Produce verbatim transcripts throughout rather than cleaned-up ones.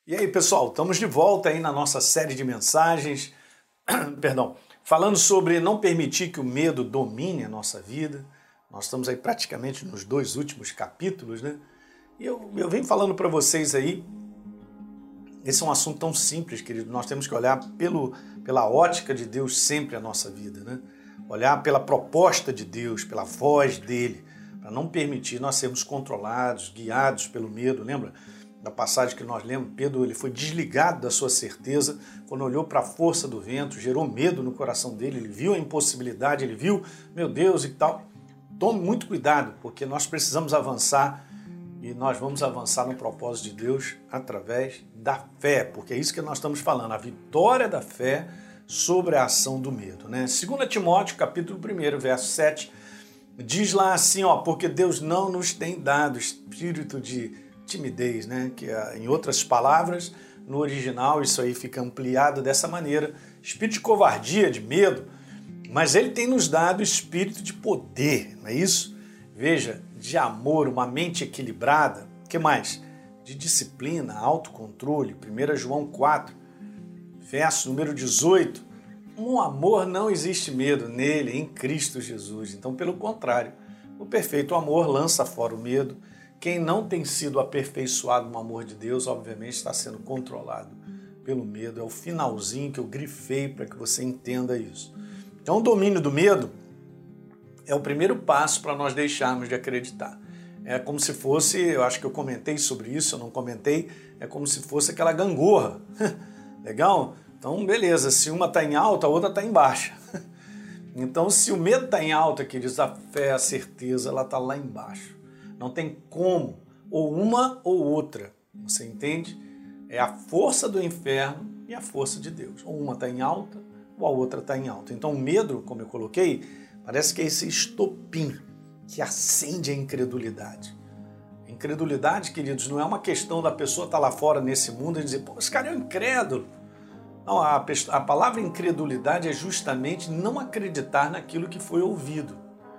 E aí, pessoal, estamos de volta aí na nossa série de mensagens, perdão, falando sobre não permitir que o medo domine a nossa vida. Nós estamos aí praticamente nos dois últimos capítulos, né? E eu, eu venho falando para vocês aí, esse é um assunto tão simples, querido, nós temos que olhar pelo, pela ótica de Deus sempre a nossa vida, né? Olhar pela proposta de Deus, pela voz dele, para não permitir nós sermos controlados, guiados pelo medo, lembra? Da passagem que nós lemos, Pedro ele foi desligado da sua certeza, quando olhou para a força do vento, gerou medo no coração dele, ele viu a impossibilidade, ele viu, meu Deus e tal. Tome muito cuidado, porque nós precisamos avançar e nós vamos avançar no propósito de Deus através da fé, porque é isso que nós estamos falando, a vitória da fé sobre a ação do medo, né? Segundo Timóteo, capítulo um, verso sete, diz lá assim, ó, porque Deus não nos tem dado espírito de timidez, né? Que em outras palavras, no original isso aí fica ampliado dessa maneira, espírito de covardia, de medo, mas ele tem nos dado espírito de poder, não é isso? Veja, de amor, uma mente equilibrada, que mais? De disciplina, autocontrole, primeiro João quatro, verso número dezoito, um amor não existe medo nele, em Cristo Jesus. Então, pelo contrário, o perfeito amor lança fora o medo. Quem não tem sido aperfeiçoado no amor de Deus, obviamente, está sendo controlado pelo medo. É o finalzinho que eu grifei para que você entenda isso. Então, o domínio do medo é o primeiro passo para nós deixarmos de acreditar. É como se fosse, eu acho que eu comentei sobre isso, eu não comentei, é como se fosse aquela gangorra. Legal? Então, beleza, se uma está em alta, a outra está em baixa. Então, se o medo está em alta, queridos, a fé, a certeza, ela está lá embaixo. Não tem como, ou uma ou outra, você entende? É a força do inferno e a força de Deus. Ou uma está em alta, ou a outra está em alta. Então o medo, como eu coloquei, parece que é esse estopim que acende a incredulidade. A incredulidade, queridos, não é uma questão da pessoa estar lá fora nesse mundo e dizer, pô, esse cara é um incrédulo. Não, a, a palavra incredulidade é justamente não acreditar naquilo que foi ouvido.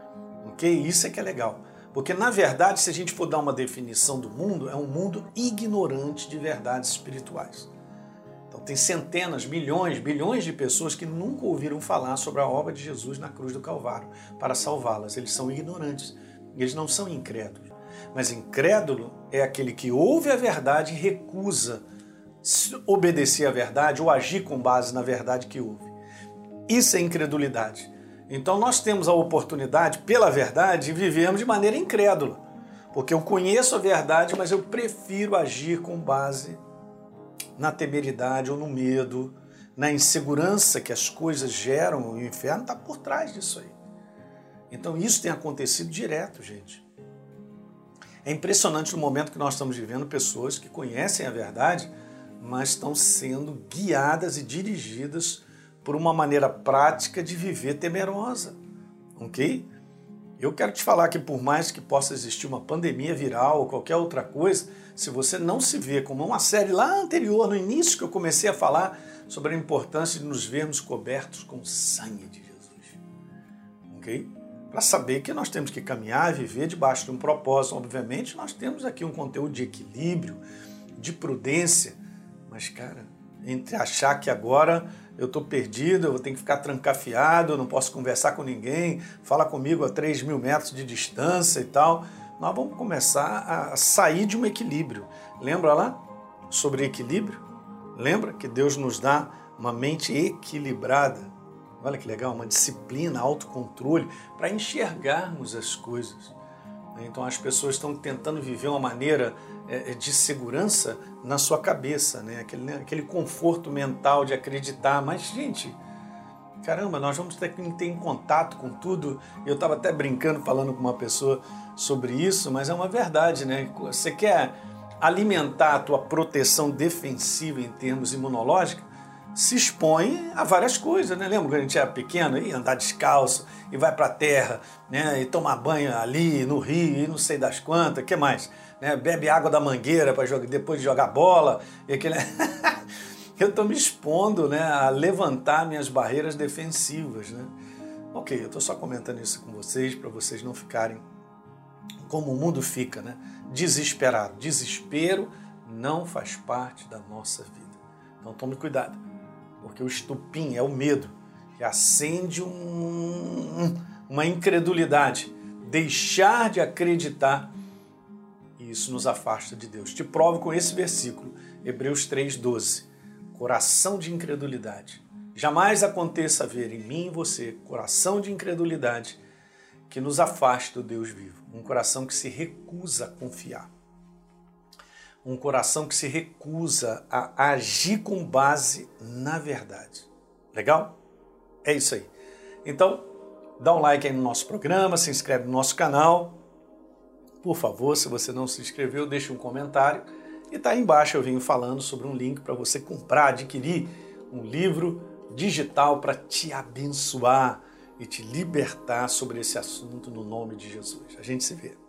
Ok? Isso é que é legal. Porque, na verdade, se a gente for dar uma definição do mundo, é um mundo ignorante de verdades espirituais. Então, tem centenas, milhões, bilhões de pessoas que nunca ouviram falar sobre a obra de Jesus na cruz do Calvário para salvá-las. Eles são ignorantes, eles não são incrédulos. Mas incrédulo é aquele que ouve a verdade e recusa obedecer à verdade ou agir com base na verdade que ouve. Isso é incredulidade. Então nós temos a oportunidade, pela verdade, de vivermos de maneira incrédula. Porque eu conheço a verdade, mas eu prefiro agir com base na temeridade ou no medo, na insegurança que as coisas geram. O inferno está por trás disso aí. Então isso tem acontecido direto, gente. É impressionante no momento que nós estamos vivendo pessoas que conhecem a verdade, mas estão sendo guiadas e dirigidas por uma maneira prática de viver temerosa, ok? Eu quero te falar que por mais que possa existir uma pandemia viral ou qualquer outra coisa, se você não se vê como uma série lá anterior, no início que eu comecei a falar sobre a importância de nos vermos cobertos com o sangue de Jesus, ok? Para saber que nós temos que caminhar e viver debaixo de um propósito, obviamente nós temos aqui um conteúdo de equilíbrio, de prudência, mas cara, entre achar que agora eu estou perdido, eu vou ter que ficar trancafiado, eu não posso conversar com ninguém, fala comigo a três mil metros de distância e tal. Nós vamos começar a sair de um equilíbrio. Lembra lá sobre equilíbrio? Lembra que Deus nos dá uma mente equilibrada? Olha que legal, uma disciplina, autocontrole, para enxergarmos as coisas. Então as pessoas estão tentando viver uma maneira de segurança na sua cabeça, né? Aquele, né? Aquele conforto mental de acreditar. Mas, gente, caramba, nós vamos ter que ter em contato com tudo. Eu estava até brincando, falando com uma pessoa sobre isso, mas é uma verdade, né? Você quer alimentar a tua proteção defensiva em termos imunológicos, se expõe a várias coisas, né? Lembra quando a gente era pequeno, ia andar descalço e vai para a terra, né? E tomar banho ali no rio e não sei das quantas, o que mais? Né? Bebe água da mangueira para jogar, depois de jogar bola. E aquele... eu estou me expondo, né, a levantar minhas barreiras defensivas, né? Ok, eu estou só comentando isso com vocês para vocês não ficarem como o mundo fica, né? Desesperado. Desespero não faz parte da nossa vida. Então tome cuidado, porque o estupim é o medo, que acende um, uma incredulidade, deixar de acreditar, e isso nos afasta de Deus. Te provo com esse versículo, Hebreus três, doze. Coração de incredulidade. Jamais aconteça haver em mim e você coração de incredulidade que nos afaste do Deus vivo. Um coração que se recusa a confiar. Um coração que se recusa a agir com base na verdade. Legal? É isso aí. Então, dá um like aí no nosso programa, se inscreve no nosso canal. Por favor, se você não se inscreveu, deixe um comentário. E tá aí embaixo eu venho falando sobre um link para você comprar, adquirir um livro digital para te abençoar e te libertar sobre esse assunto no nome de Jesus. A gente se vê.